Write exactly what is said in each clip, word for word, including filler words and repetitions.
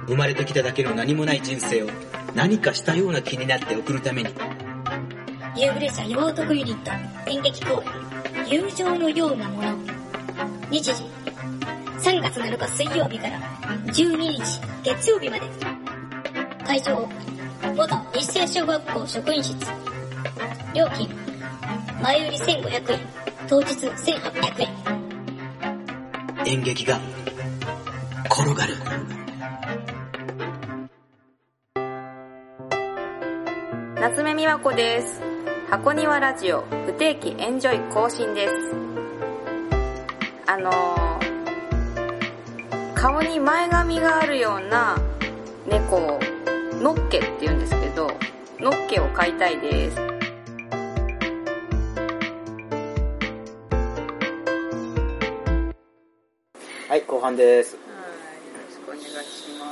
生まれてきただけの何もない人生を何かしたような気になって送るために、 夕暮れ者岩男ユニット演劇公演友情のようなもの。日時さんがつなのか水曜日からじゅうににち月曜日まで。会場元日清小学校職員室。料金前売りせんごひゃくえん、当日せんはっぴゃくえん。 演劇が転がる。 夏目美和子です。箱庭ラジオ不定期エンジョイ更新です。あのー、顔に前髪があるような猫をのっけって言うんですけど、のっけを飼いたいです。 はい、後半です。 はい、よろしくお願いします。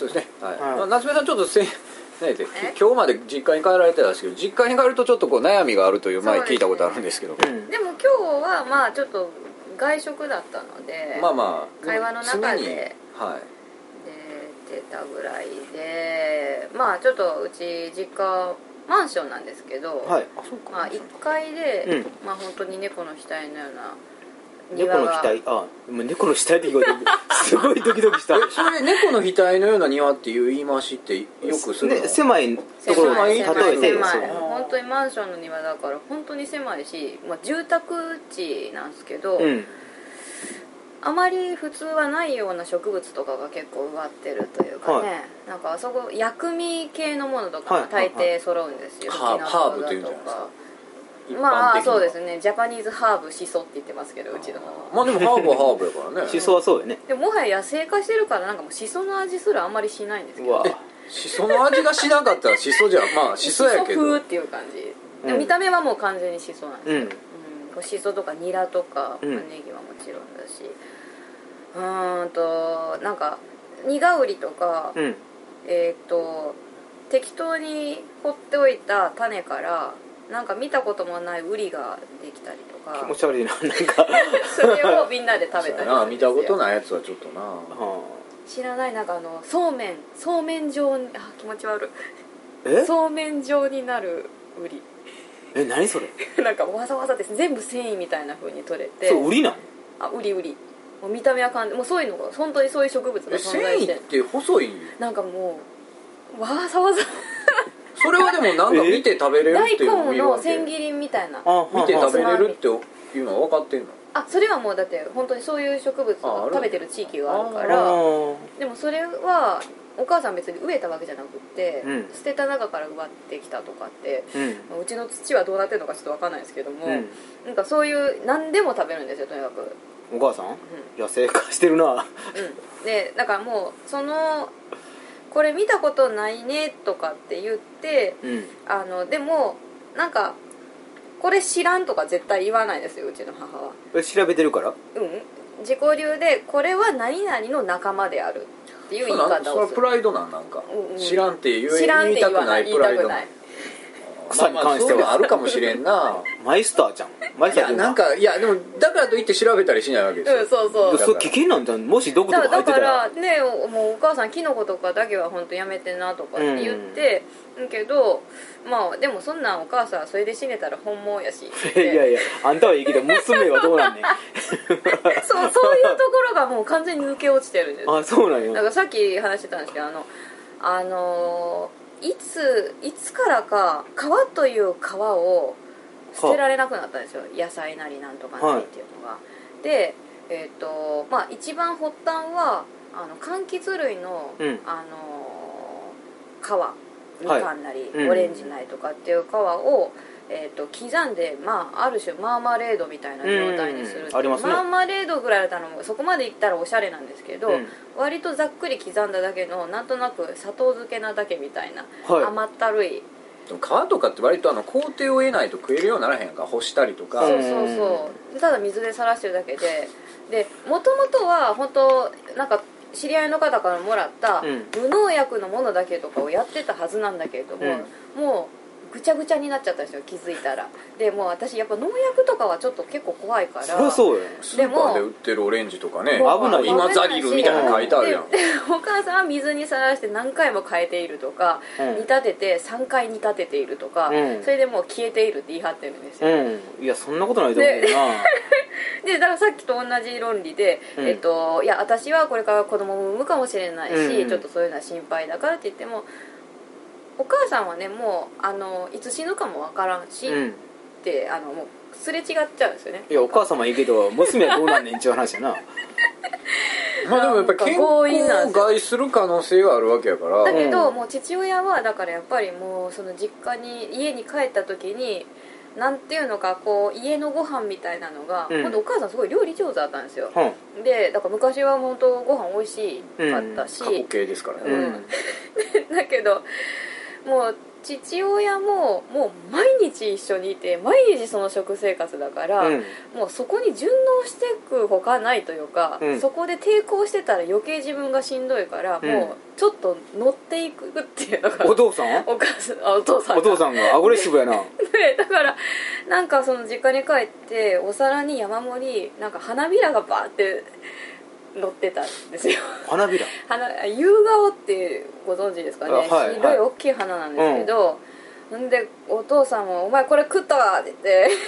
そうですね。はい。 はいまあ、夏目さんちょっとせね、今日まで実家に帰られてたんですけど、実家に帰るとちょっとこう悩みがあるという前聞いたことあるんですけど、 でも今日はまあちょっと外食だったので、 まあまあ会話の中で常にはい出てたぐらいで、まあちょっとうち実家マンションなんですけど、 はい、あ、そうか。 まあいっかいで、 うんまあ本当に猫の額のような猫の庭が、 額、あ、もう猫の額って聞こえてすごいドキドキした。 えそれ猫の額のような庭っていう言い回しってよくするの、 ね、狭いところを例え狭いて狭いそう本当にマンションの庭だから本当に狭いし、まあ、住宅地なんですけど、 うん、 あまり普通はないような植物とかが結構植わってるというかね、 はい、 なんかあそこ薬味系のものとかが大抵揃うんですよ、 はいはいはいフキノトウハーブというんじゃないですか。一般的にはまあそうですね、ジャパニーズハーブシソって言ってますけど、うちのまあでもハーブはハーブやからね。 シソはそうよね。 でももはや野生化してるからなんかもうシソの味すらあんまりしないんですけど、 うわ、 シソの味がしなかったらシソじゃまあシソやけど、 シソ風っていう感じ、でも見た目はもう完全にシソなんですよ、 うん、 うんこうシソとかニラとか、 うんまあネギはもちろんだし、うーんとなんかニガウリとか、 うん、 えっ、と適当に放っておいた種からなんか見たこともないウリができたりとか、 気持ち悪いな、なんかそれをみんなで食べたりするんですよ。 見たことないやつはちょっとな。 は知らない、なんかあのそうめんそうめん状に、あ気持ち悪い、 えそうめん状になるウリえ、何それ。 なんかわざわざです、全部繊維みたいな風に取れて、 そう、売りなの。 あウリウリもう見た目は感じ、もうそういうのが本当にそういう植物がえ繊存在して、 維って細い、 なんかもうわざわざそれはでもなんか見て食べれる大っていうのを見根るわけ。 の千切りみたいな、 あ、 見て食べはれるっていうのは分かってんの。 あそれはもうだって本当にそういう植物ああるを食べてる地域があるかあら、 はでもそれはお母さん別に植えたわけじゃなくって、 うん捨てた中から植わってきたとかって、 うん、 まあうちの土はどうなってるのかちょっと分かんないですけども、 うん、 なんかそういう何でも食べるんですよとにかく、 お母さん、野生化してるな。 うん、でだからもうそのこれ見たことないねとかって言って、 うん、 あのでもなんかこれ知らんとか絶対言わないですようちの母は。 これ調べてるから。 うん自己流でこれは何々の仲間であるっていう言いそれなん方をする。 それはプライドなんなんか、 うんうん知らんって言え知らんっ言いたくなて言わないいプライド言いたくない。 草に関してはまあまあそういうのあるかもしれんな。 マイスターじゃん。マイスいやターってなんかいやでもだからといって調べたりしないわけですよ、 うんそうそう。 そう危険なんじゃん。もし毒とか入だだかってたら。 らねもうお母さんキノコとかだけは本当やめてなとかって言って、うんけどまあでもそんなんお母さんそれで死ねたら本望やしいやいや、あんたはいいけど娘はどうなんねん。 そうそういうところがもう完全に抜け落ちてるんです。 あ、そうなんよ。 なんかさっき話してたんですけどあのあのいついつからか皮という皮を捨てられなくなったんですよ、野菜なりなんとかなりっていうのが、はい、でえっ、ー、とまあ一番発端はあの柑橘類の、うん、あの皮みかんなり、はい、オレンジなりとかっていう皮を、えー、と刻んで、まあ、ある種マーマレードみたいな状態にするっていう、 ありますね、 マーマレードぐらいだったらそこまでいったらおしゃれなんですけど、うん、割とざっくり刻んだだけのなんとなく砂糖漬けなだけみたいな、はい、甘ったるい。 でも皮とかって割とあの工程を得ないと食えるようにならへんか、干したりとか。 そうそうそう、ただ水でさらしてるだけで、でもともとは本当なんか知り合いの方からもらった無農薬のものだけとかをやってたはずなんだけれども、うん、もうぐちゃぐちゃになっちゃったんですよ気づいたら。でもう私やっぱ農薬とかはちょっと結構怖いから、 そりゃそうよ。 スーパーで売ってるオレンジとかね、 もう危ない今ザリルみたいなの書いてあるやん。 ででお母さんは水にさらして何回も変えているとか、 うん煮立ててさんかい煮立てているとか、 うんそれでもう消えているって言い張ってるんですよ、 うんいやそんなことないと思うな。 でだからさっきと同じ論理で、 うんえっと、いや私はこれから子供も産むかもしれないし、 うんちょっとそういうのは心配だからって言っても、お母さんはねもうあのいつ死ぬかもわからんし、 うんってあのもうすれ違っちゃうんですよね。 いやお母様いいけど娘はどうなんねんっちゅう話やな。 まあでもやっぱり健康を害する可能性があるわけやから。 だけど、 うんもう父親はだからやっぱりもうその実家に家に帰った時になんていうのかこう家のご飯みたいなのが、 うん本当お母さんすごい料理上手だったんですよ、 うんでだから昔は本当ご飯美味しかったし、 過去形ですからね。 うんだけどもう父親ももう毎日一緒にいて毎日その食生活だから、 うんもうそこに順応していくほかないというか、 うんそこで抵抗してたら余計自分がしんどいから、 うんもうちょっと乗っていくっていうのがお父さんお母さんあお父さんがお父さんがアグレッシブやな。 でだからなんかその実家に帰ってお皿に山盛りなんか花びらがバーって乗ってたんですよ。 花びら花夕顔ってご存知ですかね、 あはい白い大きい花なんですけど、んでお父さんも「お前これ食ったわ」って言って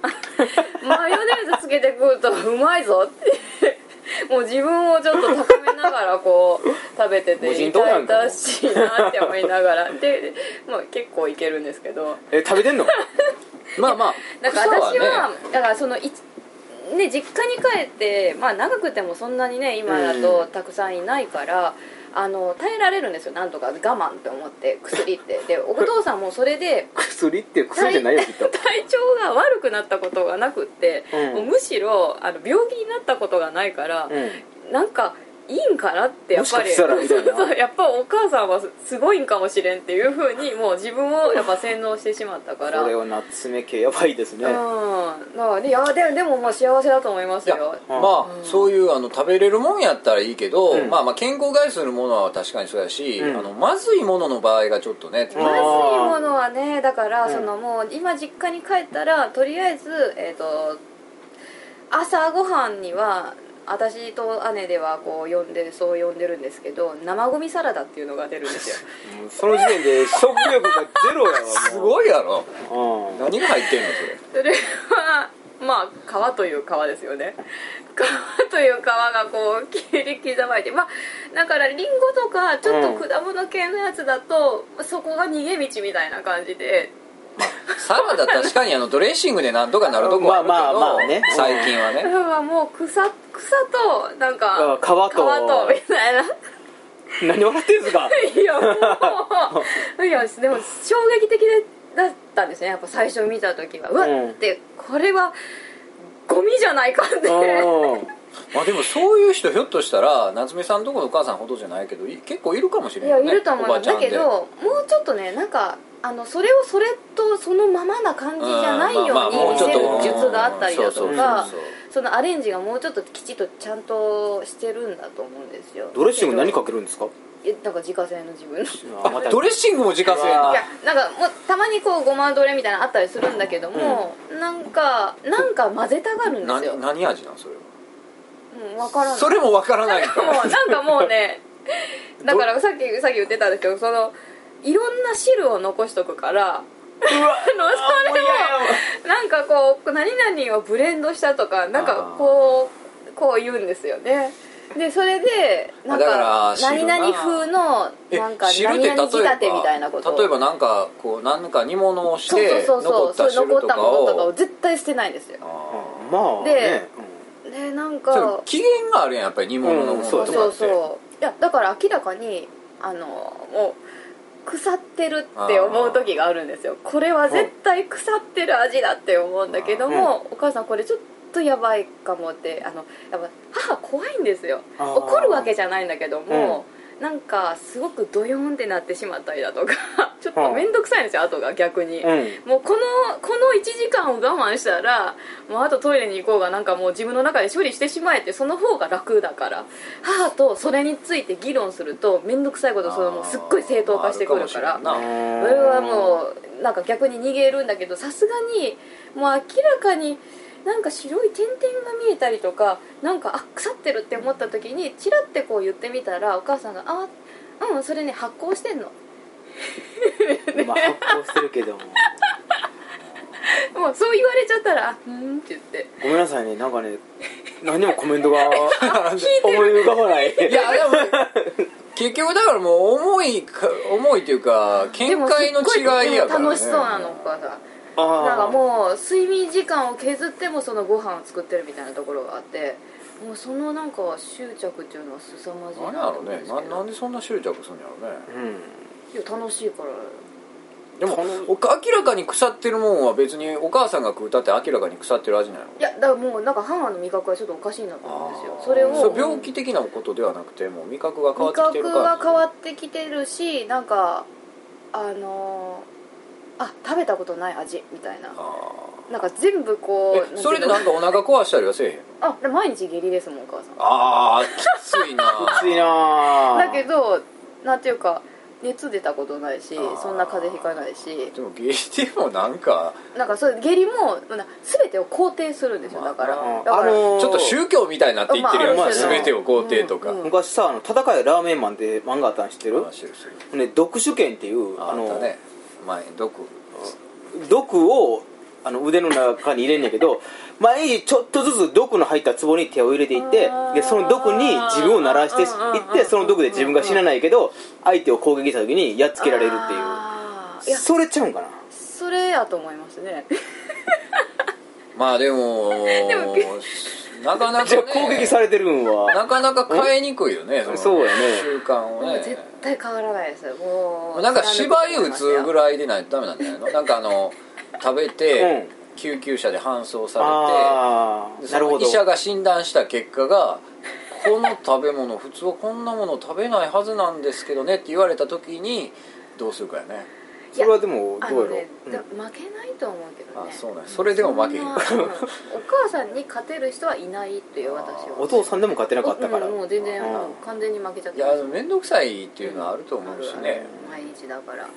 「マヨネーズつけて食うとうまいぞ」ってもう自分をちょっと高めながらこう食べてて無人痛島やんか 々しいなって思いながらで、まあ、結構いけるんですけど、 え食べてんの？ まあまあだから私は、 ね、 だからそのいね、実家に帰って、まあ、長くてもそんなにね今だとたくさんいないから、あの耐えられるんですよ。なんとか我慢って思って薬ってでお父さんもそれで薬って薬じゃないよきっと。 体調が悪くなったことがなくって、 うんもうむしろあの病気になったことがないから、 うんなんかいいんかなってやっぱりもしかしたらみたいなそうやっぱお母さんはすごいんかもしれんっていう風にもう自分をやっぱ洗脳してしまったから。 これはナッツメ系やばいですね。 うん、だからいやででももう幸せだと思いますいやよ。 まあ、 うんそういうあの食べれるもんやったらいいけど、 うんまあまあ健康害するものは確かにそうやし、 うんあのまずいものの場合がちょっとね、 うんまずいものはねだから、 うんそのもう今実家に帰ったらとりあえず、えー、と朝ごはんには私と姉ではこう呼んでそう呼んでるんですけど生ゴミサラダっていうのが出るんですよ。 もうその時点で食欲がゼロやわ。もうすごいやろ。 うん何が入ってんのそれ。 それはまあ皮という皮ですよね。皮という皮がこう切り刻まれて、まあだからリンゴとかちょっと果物系のやつだと、そこが逃げ道みたいな感じで。 サラダ確かにあのドレッシングでなんとかなるとこあるけど、 まあまあまあね最近はね。 だからもう草草となんかあ皮と皮とみたいな。 何笑ってんすか。 いやもういやでも衝撃的だったんですね。やっぱ最初見た時はうわうんってこれはゴミじゃないかって。 うんまあでもそういう人ひょっとしたら夏目さんとこのお母さんほどじゃないけどい結構いるかもしれいやないね。 いると思います。だおばちゃんでけどもうちょっとねなんかあのそれをそれとそのままな感じじゃないよううんまあまあもうに見ちょっとせる術があったりだとそうそうかそうそうそのアレンジがもうちょっときちっとちゃんとしてるんだと思うんですよ。 ドレッシング何かけけるんですか。 えなんか自家製の自分のあまたドレッシングも自家製のうわいやなんかもうたまにこうごまどれみたいなのあったりするんだけども、なんかなんか混ぜたがるんですよ。 何何味なんそれは。 うん、分からない。 それもわからないんかもうなんかもうねだからさっきさっき言ってたんですけどそのいろんな汁を残しとくからあのそれをなんかこう何々をブレンドしたとかなんかこうこう言うんですよね。でそれでなんだかから何汁な 々風のえなんか汁って何々仕立てみたいなことを例えばなんかこうなんか煮物をしそうてそうそうそう残った汁残ったとかものとかをを絶対捨てないんですよ。 あまあでねでなんーそれか期限があるやんやっぱり煮物のものとかって、 そうそうそういやだから明らかにあのもう腐ってるって思う時があるんですよ。これは絶対腐ってる味だって思うんだけども、お母さんこれちょっとやばいかもってあのやっぱ母怖いんですよ。 あー怒るわけじゃないんだけども、 なんかすごくドヨーンってなってしまったりだとかちょっと面倒くさいんですよ、後が逆に、 うん、 もうこのこのいちじかんを我慢したらもうあとトイレに行こうがなんかもう自分の中で処理してしまえて、その方が楽だから母とそれについて議論すると面倒くさいことそれもすっごい正当化してくるから、それはもうなんか逆に逃げるんだけど、さすがにもう明らかになんか白い点々が見えたりとか、なんかあ腐ってるって思った時にチラってこう言ってみたらお母さんがあうんそれね発酵してんのまあ発酵してるけどももうそう言われちゃったらうんって言ってごめんなさいね、なんかね何もコメントが思い浮かばないいやでも結局だからもう重いか重いというか見解の違いやからね。 楽しそうなのお母さんなんかもう睡眠時間を削ってもそのご飯を作ってるみたいなところがあって、もうそのなんか執着っていうのは凄まじいなと思うんですけど、 何やろね、な, なんでそんな執着するんやろね、 うん、いや楽しいからでも明らかに腐ってるもんは別にお母さんが食うたって明らかに腐ってる味なの。 いやだからもうなんか母の味覚はちょっとおかしいなと思うんですよ。それをそれ病気的なことではなくてもう味覚が変わってきてるから。 味覚が変わってきてるし、なんかあのーあ食べたことない味みたいな、なんか全部こうそれでなんかお腹壊したりはせえへんの？ あで毎日下痢ですもんお母さん。 あーきついなきついなだけどなんていうか熱出たことないし、そんな風邪ひかないし。 でも下痢でもなんかなんかそう下痢も全てを肯定するんですよ。だから、 まあだからあのー、 ちょっと宗教みたいになっていってるよ、 まあ全てを肯定とか、 うんうん、 昔さあの戦いラーメンマンって漫画あったん知ってる？ あ知る知るね、毒手剣っていうあったね、前毒毒をあの腕の中に入れんねんけど毎日ちょっとずつ毒の入った壺に手を入れていってでその毒に自分を慣らしていってその毒で自分が死なないけど相手を攻撃した時にやっつけられるっていう、それちゃうんかな。 それやと思いますねまあでもでもなかなか、ね、 じゃあ攻撃されてるんはなかなか変えにくいよね、そのそうやね習慣をね。 絶対変わらないですよ。もうなんか縛り打つぐらいでないとダメなんじゃないの？なんかあの食べて、うん、救急車で搬送されてなるほど医者が診断した結果がこの食べ物普通はこんなもの食べないはずなんですけどねって言われた時にどうするかやね。 それはでもどうやろう、 ねうん、負けないと思うけどね。 あそうね、それでも負けへん、うん、お母さんに勝てる人はいないっていう私は。 お父さんでも勝てなかったから、 うん、もう全然、うん、完全に負けちゃってます。いや面倒くさいっていうのはあると思うしね、 うん、毎日だから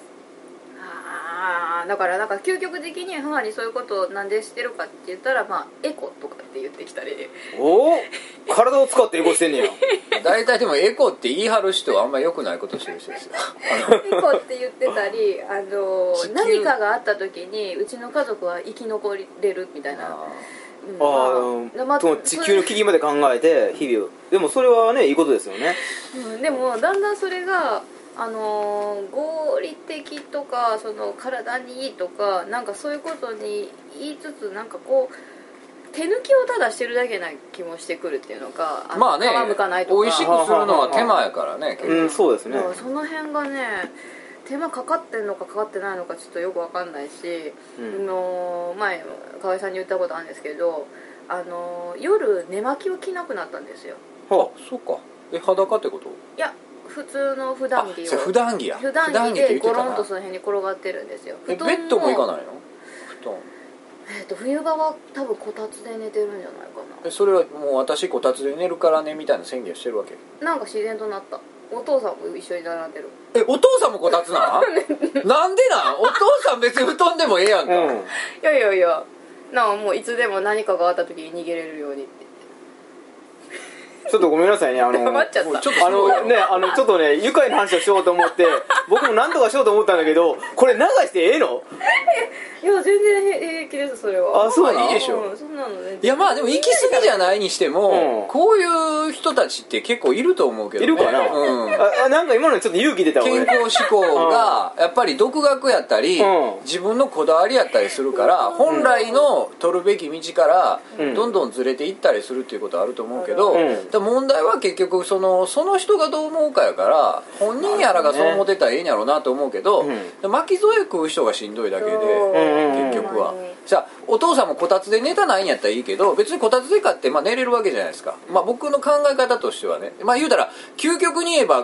あだからなんか究極的に母にそういうことをなんでしてるかって言ったら、まあ、エコとかって言ってきたりおお体を使ってエコしてんねや大体でもエコって言い張る人はあんまり良くないことしてる人ですよエコって言ってたりあの何かがあった時にうちの家族は生き残れるみたいな。 うん、あまあ、地球の危機まで考えて日々でもそれはねいいことですよね、 うん、でもだんだんそれがあのー、合理的とかその体にいいとかなんかそういうことに言いつつなんかこう手抜きをただしてるだけな気もしてくるっていうのかあまあね皮むかないとか美味しくするのは手間やからねうんそうですねその辺がね手間かかってんのかかかってないのかちょっとよくわかんないし、うん、の前河合さんに言ったことあるんですけどあの夜寝巻きを着なくなったんですよ。 あそうかえ裸ってこと？ いや普通の普段着を普段着や普段着でゴロンとその辺に転がってるんですよ。 えベッドも行かないの？布団えー、と冬場は多分こたつで寝てるんじゃないかな。 えそれはもう私こたつで寝るからねみたいな宣言してるわけ？ なんか自然となった。お父さんも一緒に並んでる。 えお父さんもこたつななんでなんお父さん別に布団でもええやんか、うん、いやいやいやなんかもういつでも何かがあった時に逃げれるようにってちょっとごめんなさいねあの黙っちゃったちょっとあのねあのちょっとね愉快な話をしようと思って僕も何とかしようと思ったんだけどこれ流してええの？ いや全然平気ですそれは。 あそうなの？いいでしょ、 うん、そんなのね。 いやまあでも行き過ぎじゃないにしても、うん、こういう人たちって結構いると思うけどね。 いるかな、うん、あなんか今のちょっと勇気出たわ健康志向がやっぱり独学やったり、うん、自分のこだわりやったりするから、うん、本来の取るべき道からどんどんずれていったりするっていうことはあると思うけど、うん、だ問題は結局そのその人がどう思うかやから本人やらがそう思ってたらええんやろうなと思うけど、うん、巻き添え食う人がしんどいだけで、結局はじゃあお父さんもこたつで寝たないんやったらいいけど別にこたつで買って、まあ、寝れるわけじゃないですか、まあ、僕の考え方としてはね、まあ、言うたら究極に言えば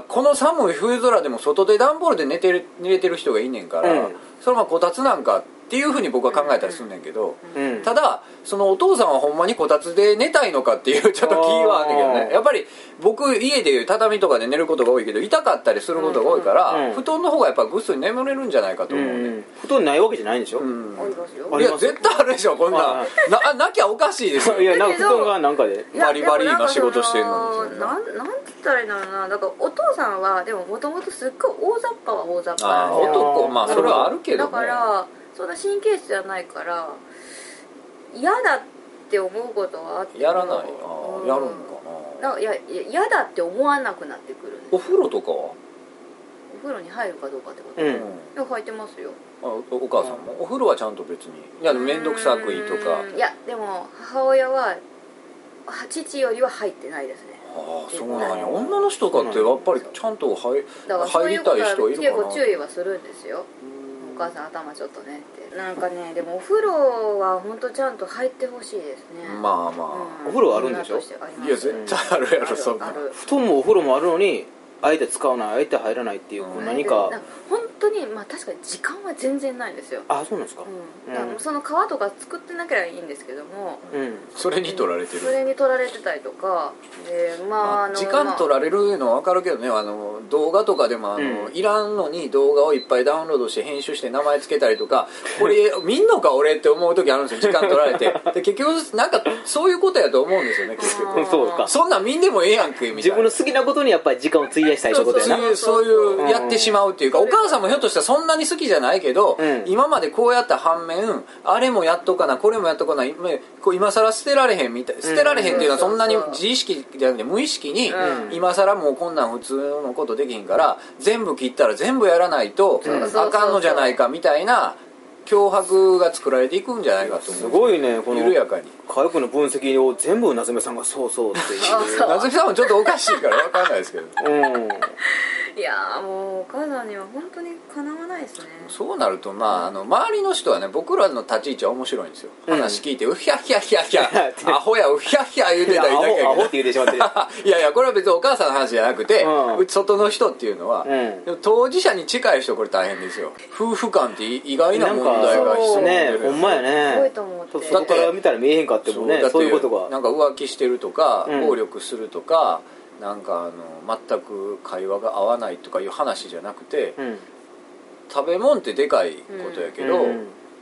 この寒い冬空でも外で段ボールで寝てる寝れてる人がいんねんから、うん、それはまあこたつなんかっていうふうに僕は考えたりするんねんけど、うん、ただそのお父さんはほんまにこたつで寝たいのかっていうちょっと気はあるんだけどね。やっぱり僕家で畳とかで寝ることが多いけど痛かったりすることが多いから、うん、布団の方がやっぱぐっすり眠れるんじゃないかと思うね、うん、 布団ないわけじゃないんでしょ、うん、 ありますよ。 いや絶対あるでしょこんなななきゃおかしいですよ。 いやなんか布団がなんかでバリバリ今仕事してるのになんなんて言ったらいいんだろうな。だからお父さんはでももともとすっごい大雑把は大雑把なんですよ。 男まあそれはあるけど、ね、 だからそんな神経質じゃないから嫌だって思うことはあってもやらない。あ、うん、やるんかな。 なんかいや嫌だって思わなくなってくるんです。 お風呂とかはお風呂に入るかどうかってこと、うん、いや入ってますよ。 あ お, お母さんも、うん、お風呂はちゃんと別にいや面倒くさくいいとか。 いやでも母親は父よりは入ってないですね。 ああそうなんや。女の人かってやっぱりちゃんと 入, 入りたい人いるかな。 結構注意はするんですよ。お母さん頭ちょっとねってなんかね。でもお風呂は本当ちゃんと入ってほしいですね。 まあまあ、 うん、お風呂あるんでしょ。 いや絶対あるやろ、うん、そんな。 布団もお風呂もあるのにあえて使わないあえて入らないっていう、うん、何か本当にまあ確かに時間は全然ないんですよ。 あそうなんですか、 うん、だからその皮とか作ってなければいいんですけども、 うん、それに取られてる。 それに取られてたりとかで、まあまあ、あの時間取られるのは分かるけどね。あの動画とかでもあの、うん、いらんのに動画をいっぱいダウンロードして編集して名前つけたりとかこれ見んのか俺って思う時あるんですよ。時間取られてで結局なんかそういうことやと思うんですよね。結局そうか。 そんなん見んでもええやんけみたいな。 自分の好きなことにやっぱり時間を費やしたいってことやな。 そういうやってしまうっていうか、お母さんもひょっとしたらそんなに好きじゃないけど、うん、今までこうやった反面あれもやっとかなこれもやっとかな今更捨てられへんみたい。捨てられへんっていうのはそんなに自意識じゃなくて無意識に、うん、今更もうこんなん普通のことできへんから全部切ったら全部やらないとあかんのじゃないかみたいな脅迫が作られていくんじゃないかと思う。 すごいねこの緩やかに科学の分析を全部夏目さんがそうそうっていう夏目さんもちょっとおかしいから分かんないですけど、うんいやもうお母さんには本当にかなわないですね。 そうなるとまあ、あの周りの人はね僕らの立ち位置は面白いんですよ、うん、話聞いてうひゃひゃひゃひゃアホやうひゃひゃ言うてたりだけアホって言うてしまってるいやいやこれは別にお母さんの話じゃなくて、うん、外の人っていうのは、うん、でも当事者に近い人これ大変ですよ。夫婦間って意外な問題が必要ね。ほんまやね。 すごいと思って。 外から見たら見えへんかってもね。そういうことがなんか浮気してるとか、うん、暴力するとかなんかあの全く会話が合わないとかいう話じゃなくて、うん、食べ物ってでかいことやけど、うん、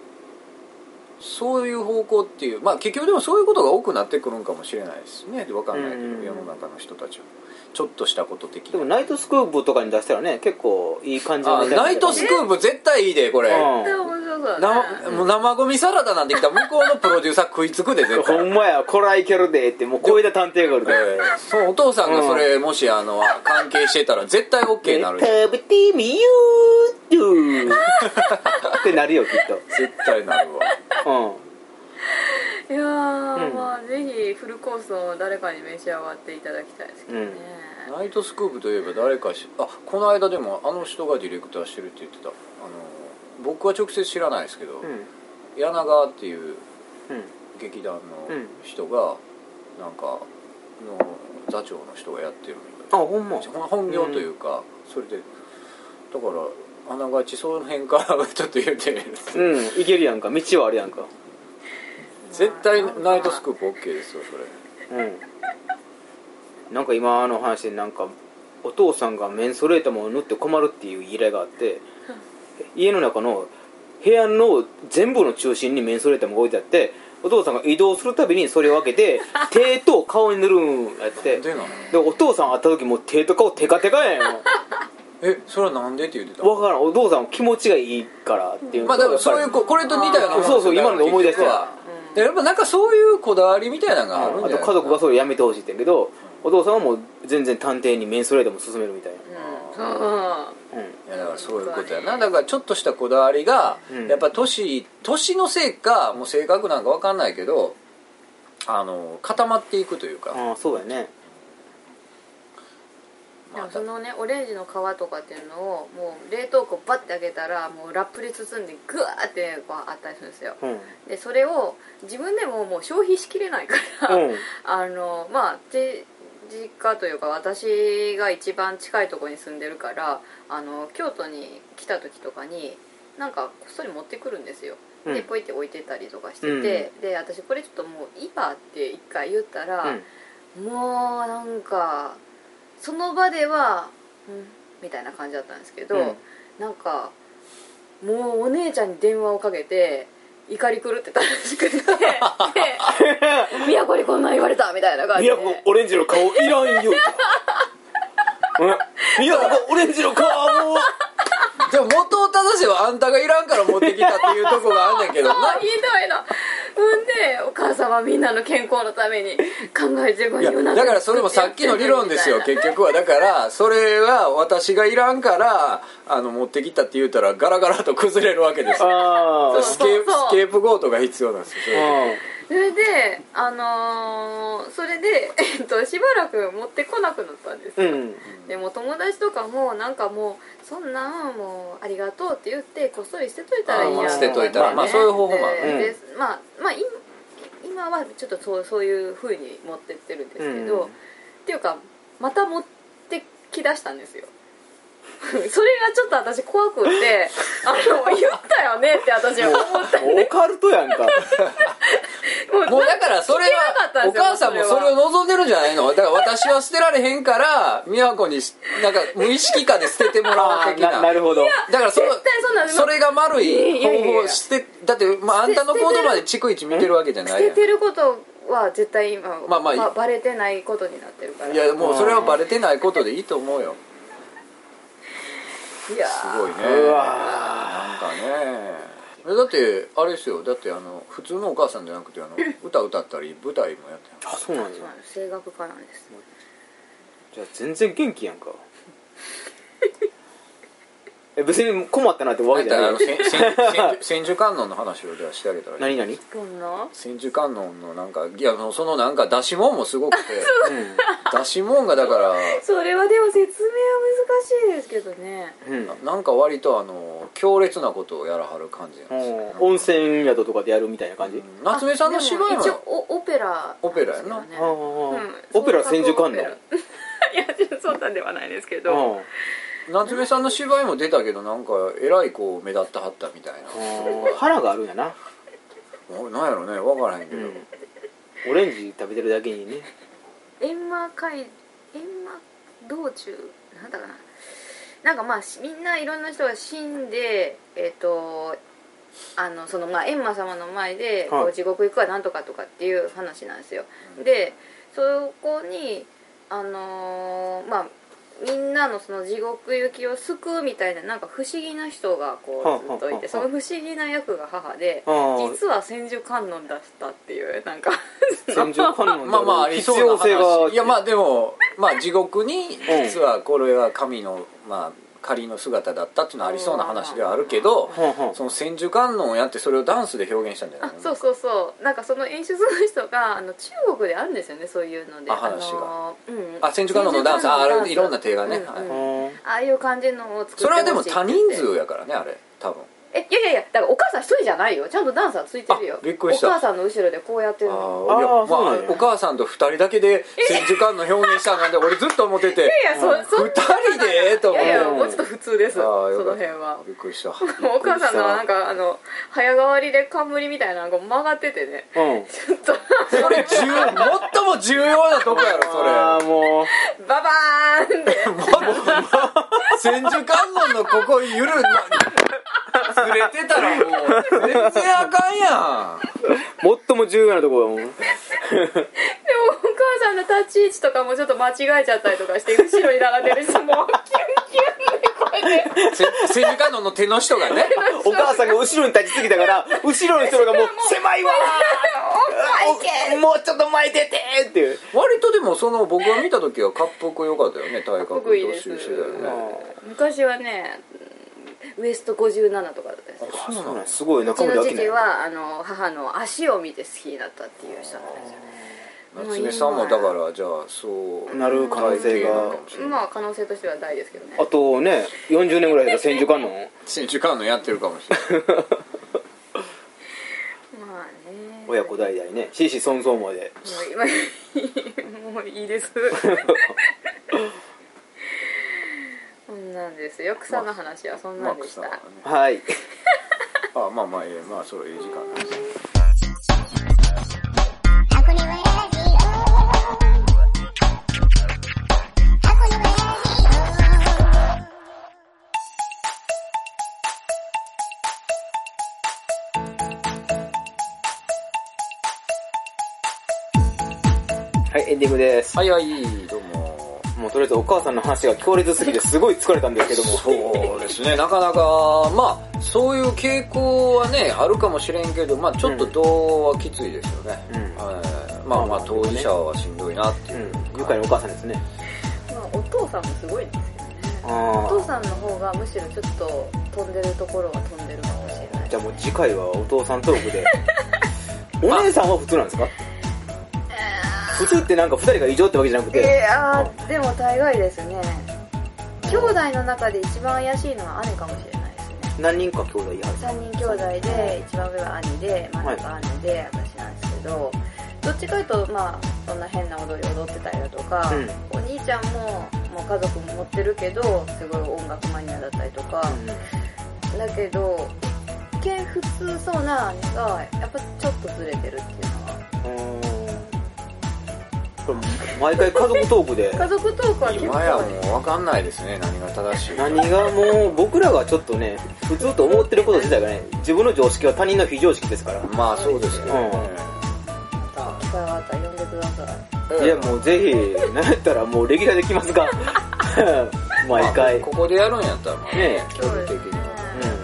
そういう方向っていうまあ結局でもそういうことが多くなってくるんかもしれないですね。分かんないけど、うん、世の中の人たちはちょっとしたこと的に。 でもナイトスクープとかに出したらね結構いい感じのネタ。ナイトスクープ絶対いいでこれ。 絶対面白そうだね。もう生ゴミサラダなんてきたら向こうのプロデューサー食いつくで絶対。 ほんまやこれはいけるでってもう小枝探偵があるで、 えー、そうお父さんがそれもしあの関係してたら絶対 OK になる。 食べてみようとってなるよきっと。 絶対なるわ。 うんいやー、うん、まあぜひフルコースを誰かに召し上がっていただきたいですけどね、 うん、ナイトスクープといえば誰かしあこの間でもあの人がディレクターしてるって言ってた。あの僕は直接知らないですけど、うん、柳川っていう劇団の人がなんかの座長の人がやってるみたいな。 あほんま本業というか、うん、それでだからあながちその辺からちょっと言ってみる。 うんいけるやんか道はあるやんか。 絶対ナイトスクープ OK ですよそれ。うんなんか今の話でなんかお父さんがメンソレーターを塗って困るっていう依頼があって家の中の部屋の全部の中心にメンソレーターも置いてあってお父さんが移動するたびにそれを開けて手と顔に塗るんやってでお父さん会った時も手と顔テカテカやんよえそれはなんでって言ってた分からん。お父さんも気持ちがいいからっていうのまあだからそういうこれと似たようなそうそう今ので思い出した。 やっぱなんかそういうこだわりみたいなのがあるんじゃないですか。 あと家族がそれやめてほしいって言うけどお父さんはもう全然探偵にメンソレーターも勧めるみたいな、うんうん、 いやだからそういうことやな。だからちょっとしたこだわりが、うん、やっぱ年年のせいかもう性格なんか分かんないけどあの固まっていくというか。 ああそうやね。 でもそのねオレンジの皮とかっていうのをもう冷凍庫バッて開けたらもうラップで包んでグワーってこうあったりするんですよ、うん、でそれを自分でももう消費しきれないから、うん、あのまあで実家というか私が一番近いところに住んでるからあの京都に来た時とかになんかこっそり持ってくるんですよ、うん、でポイって置いてたりとかしてて、うん、で私これちょっともういいわって一回言ったら、うん、もうなんかその場では、うん、みたいな感じだったんですけど、うん、なんかもうお姉ちゃんに電話をかけて怒り狂ってたらしくて「宮古にこんなん言われた」みたいな感じで「 宮古オレンジの顔いらんよ」宮古オレンジの顔はもうでも元を正せばあんたがいらんから持ってきたっていうとこがあんねんけどな。 ひどいな。ほんでお母さんはみんなの健康のために考えてこいよな。 だからそれもさっきの理論ですよ結局は。だからそれは私がいらんからあの持ってきたって言うたらガラガラと崩れるわけですよ。あスケープスケープゴートが必要なんですよ。 それであのー、それで、えっと、しばらく持ってこなくなったんですよ、うん、でも友達とかもなんかもうそんなんもうありがとうって言ってこっそり捨てといたらいいやん、 捨てといたら、ね、まあそういう方法もある、 で、でまあまあ今はちょっとそう、そういう風に持ってってるんですけど、うん、っていうかまた持ってきだしたんですよそれがちょっと私怖くってあの言ったよねって私は思ったんでオカルトやんかもうだからそれはお母さんもそれを望んでるんじゃないの。だから私は捨てられへんから宮古になんか無意識化で捨ててもらう的なな, なるほど。 だから そ, それが丸い方法捨てだって、まあ、あんたの行動まで逐一見てるわけじゃないやん。 捨ててることは絶対今、まあまあまあ、バレてないことになってるから。 いやもうそれはバレてないことでいいと思うよ。 いやすごいね。うわなんかねだってあれですよ。だってあの普通のお母さんじゃなくてあの歌歌ったり舞台もやってる。 あそうなんですよ。 声楽家なんです。 じゃあ全然元気やんかえ別に困ったなってわけじゃない。 千手観音の話をじゃあしてあげたらいい。 何何千手観音のなんかいやそのなんか出し物もすごくてうん、出し物がだからそれはでも説明は難しいですけどね、 うん、な, なんか割とあの強烈なことをやらはる感じなんですよ、ね、 温泉宿とかでやるみたいな感じ、うん、 夏目さんの芝居も一応オペラオペラやな、 ねうん、オペラ千手観音いやそうなんではないですけど夏目さんの芝居も出たけどなんかえらいこう目立ってはったみたいな腹があるんやな。 なんやろね分からへんけど、うん、 オレンジ食べてるだけにね。 閻魔会閻魔道中なんだかななんかまあみんないろんな人が死んでえっ、ー、とあのそのまあ閻魔様の前でこう地獄行くかなんとかとかっていう話なんですよ、うん、でそこにあのー、まあみんなのその地獄行きを救うみたいななんか不思議な人がこうずっといてその不思議な役が母で実は千手観音だったっていうなんか千手観音まあまあありそうな話いやまあでもまあ地獄に実はこれは神のまあ仮の姿だったっていうのはありそうな話ではあるけどその千手観音をやってそれをダンスで表現したんじゃないの。 あそうそうそうなんかその演出の人があの中国であるんですよねそういうのであ話が、あのーうん、 あ千手観音のダンスああいろんな手がね、 うんうん、ああいう感じのを作ってそれはでも多人数やからねあれ多分えいやいやいやだからお母さん一人じゃないよちゃんとダンサーついてるよ。 びっくりした。 お母さんの後ろでこうやってるの。 あいや、まあ、お母さんと二人だけで千手観音表現したんなんで俺ずっと思ってていやいやそそ二人でと思って。 いやいやもうちょっと普通ですその辺は。 びっくりしたお母さんのなんかあの早変わりで冠みたいなのが曲がっててね、うん、ちょっとそれ重要最も重要なとこやろそれ。 あもうババーンってもっと千手観音のここゆるずれてたらもう全然あかんやん最も重要なところだもんでもお母さんの立ち位置とかもちょっと間違えちゃったりとかして後ろに並んでる人もキュンキュンでこれで千手観音の手の人がねお母さんが後ろに立ちすぎたから後ろの人がもう狭いわーもうちょっと前出てっていう割とでもその僕が見た時はかっこよかったよね体格と収集だよね。 昔はねウエストごじゅうななとかだったんですよ。 あそうなんすごい中身で飽きない。うちの父はあの母の足を見て好きになったっていう人なんですよ。 夏目さんもだからじゃあそうなる可能性がまあ可能性としては大ですけどね。 あとねよんじゅうねんぐらいで千手観音千手観音やってるかもしれないまあね親子代々ね子々孫々までももういいですそんなんですよ。草の話はそんなんでした、まあまあね、はいあまあまあええまあそれいい時間です。 はい、エンディングです。 はいはい、どうも。 もうとりあえずお母さんの話が強烈すぎてすごい疲れたんですけども。 そうですね、なかなか、まあ、そういう傾向はね、あるかもしれんけど、まあちょっとどうはきついですよね。うんえー、まあまあ当事者はしんどいなっていう。 愉快なお母さんですね。 まあお父さんもすごいんですけどね。お父さんの方がむしろちょっと飛んでるところは飛んでるかもしれない。 じゃあもう次回はお父さんトークで。お姉さんは普通なんですか？普通ってなんか二人が異常ってわけじゃなくて。 えー、あーでも大概ですね。兄弟の中で一番怪しいのは姉かもしれないですね。 何人か兄弟いはる？ さんにん兄弟で、一番上は兄で、真ん中姉で、私なんですけど、どっちかというと、まあ、そんな変な踊り踊ってたりだとか、うん、お兄ちゃんも、もう家族も持ってるけど、すごい音楽マニアだったりとか、うん、だけど、一見普通そうな姉が、やっぱちょっとずれてるっていうのは、 毎回家族トークで家族トークは結構今やもう分かんないですね、何が正しい何がもう僕らがちょっとね普通と思ってること自体がね自分の常識は他人の非常識ですから。 まあそうですけど、ね、うん、 機会があったら呼んでください。 いやもうぜひなんやったらもうレギュラーできますか毎回、 まあ、ここでやるんやったらまあね距離的には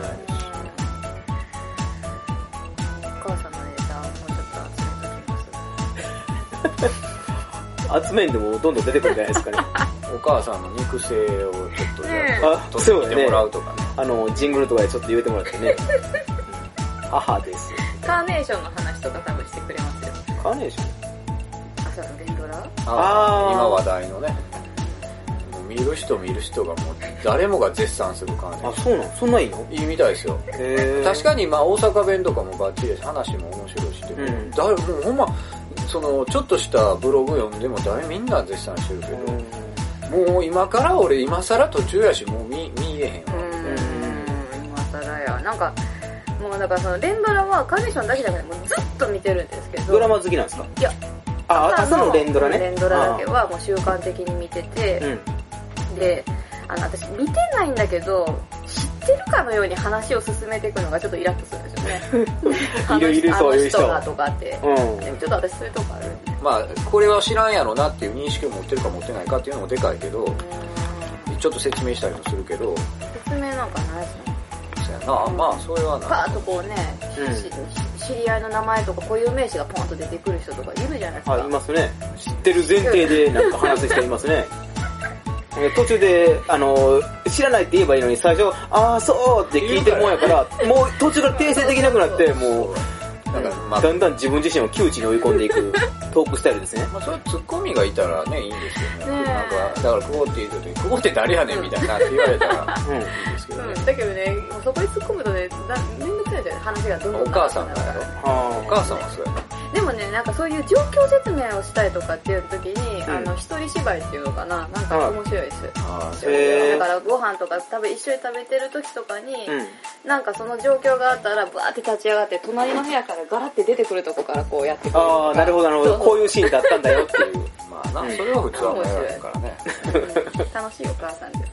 集めんでもどんどん出てくるんじゃないですかね。 お母さんの肉声をちょっとね、 撮ってもらうとかね。 あのジングルとかでちょっと言うてもらってね。母です。 カーネーションの話とか多分してくれますよ。 カーネーション？ 朝の連ドラ？ ああ、今話題のね。見る人見る人がもう誰もが絶賛する感じ。 あ、そうなの？そんないいの？ いいみたいですよ。へ確かにまあ大阪弁とかもバッチリです。話も面白いし、うん、誰もうほんまそのちょっとしたブログ読んでも誰みんな絶賛してるけど、うん、もう今から俺今更途中やしもう見見えへんわ。 うん今更やなんかもうだからその連ドラはカーネーションだけじゃなくてもうずっと見てるんですけど。 ドラマ好きなんですか？ いやあ朝の連ドラね。 連ドラだけはもう習慣的に見てて。うん、であの私見てないんだけど知ってるかのように話を進めていくのがちょっとイラッとするんですよね。 いるいるそういう人あの人がとかって、うん、でもちょっと私そういうとこあるんで。 まあこれは知らんやろなっていう認識を持ってるか持ってないかっていうのもでかいけど、ちょっと説明したりもするけど。 説明なんかないですね。 そうやな、うん、まあそれはな。 パーッとこうね、うん、知り合いの名前とか固有名詞がポンと出てくる人とかいるじゃないですか。 あいますね。知ってる前提でなんか話す人いますね。途中で、あの、知らないって言えばいいのに最初、ああ、そうって聞いてるもんやから、もう途中から訂正できなくなって、もう、なんかまあ、だんだん自分自身を窮地に追い込んでいくトークスタイルですね。 まあそれツッコミがいたらね、いいんですよね。ねなんか、だから久保って言うとき、久保って誰やねんみたいなって言われたら、うん、いいんですけどね。 うん、だけどね、そこに突っ込むとね、めんどくさいじゃない話がどんどん。 お母さんだから。お母さんはそうやな。 でもね、なんかそういう状況説明をしたいとかっていう時に、うん、あの、一人芝居っていうのかな、なんか面白いです。あだからご飯とか食べ、一緒に食べてる時とかに、うん、なんかその状況があったら、バーって立ち上がって、隣の部屋からガラって出てくるとこからこうやってくる。 ああ、なるほどなるほど。こういうシーンだったんだよっていう。 まあな、それは普通は面白いからね。 うん、楽しいお母さんです。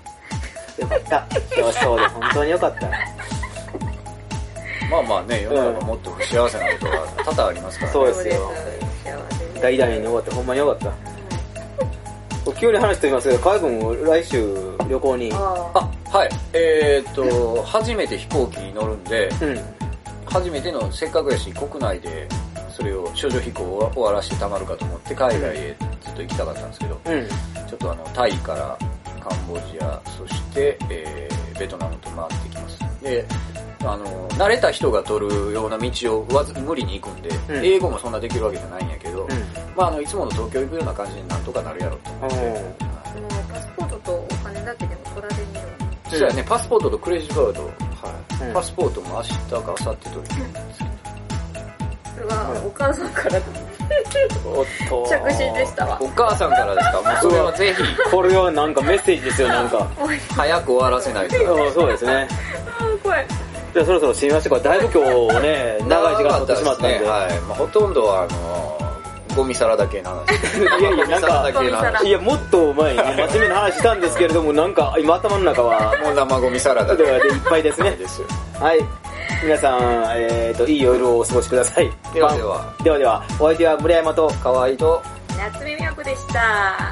よかった。そうそうで、本当によかった。 まあまあね、世の中もっと不幸せなことが多々ありますからね。 そうですよ。大団円に終わってほんまによかった。急に話してみますけど、河合君も来週旅行に。 あ、はい。えーっと、初めて飛行機に乗るんで、うん、初めてのせっかくやし、国内でそれを少女飛行を終わらせてたまるかと思って海外へずっと行きたかったんですけど、うん、ちょっとあの、タイからカンボジア、そして、えー、ベトナムと回ってきます。であの慣れた人が取るような道をわず無理に行くんで、うん、英語もそんなできるわけじゃないんやけど、うん、まああのいつもの東京行くような感じになんとかなるやろと思って、うん、 パスポートとお金だけでも取られるように。そうやね、パスポートとクレジットカード、はいうん、パスポートも明日か明後日取りに行くんですけど、 それはお母さんからおっと着信でしたわ。 お母さんからですか？もうそれはぜひこれはなんかメッセージですよ。なんか早く終わらせないと。 そうそうですね。 怖い。 じゃあそろそろ締めましょうか。だいぶ今日ね長い時間取ってしまったんで、 ね、はい、まあ、ほとんどはあのゴミ皿だけの話。 いやいやなんかゴミ皿だけの話。 いやもっと前に真面目な話したんですけれども、なんか今頭の中はもう生ゴミサラダでいっぱいですね。はい。皆さん、えーと、いい夜をお過ごしください。 ではでは。 ではでは、お相手は村山と河合と夏目美和子でした。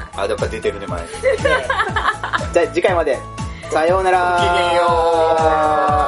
あ、だから出てるね、前に。 じゃあ次回まで。さようなら。 ごきげんよう。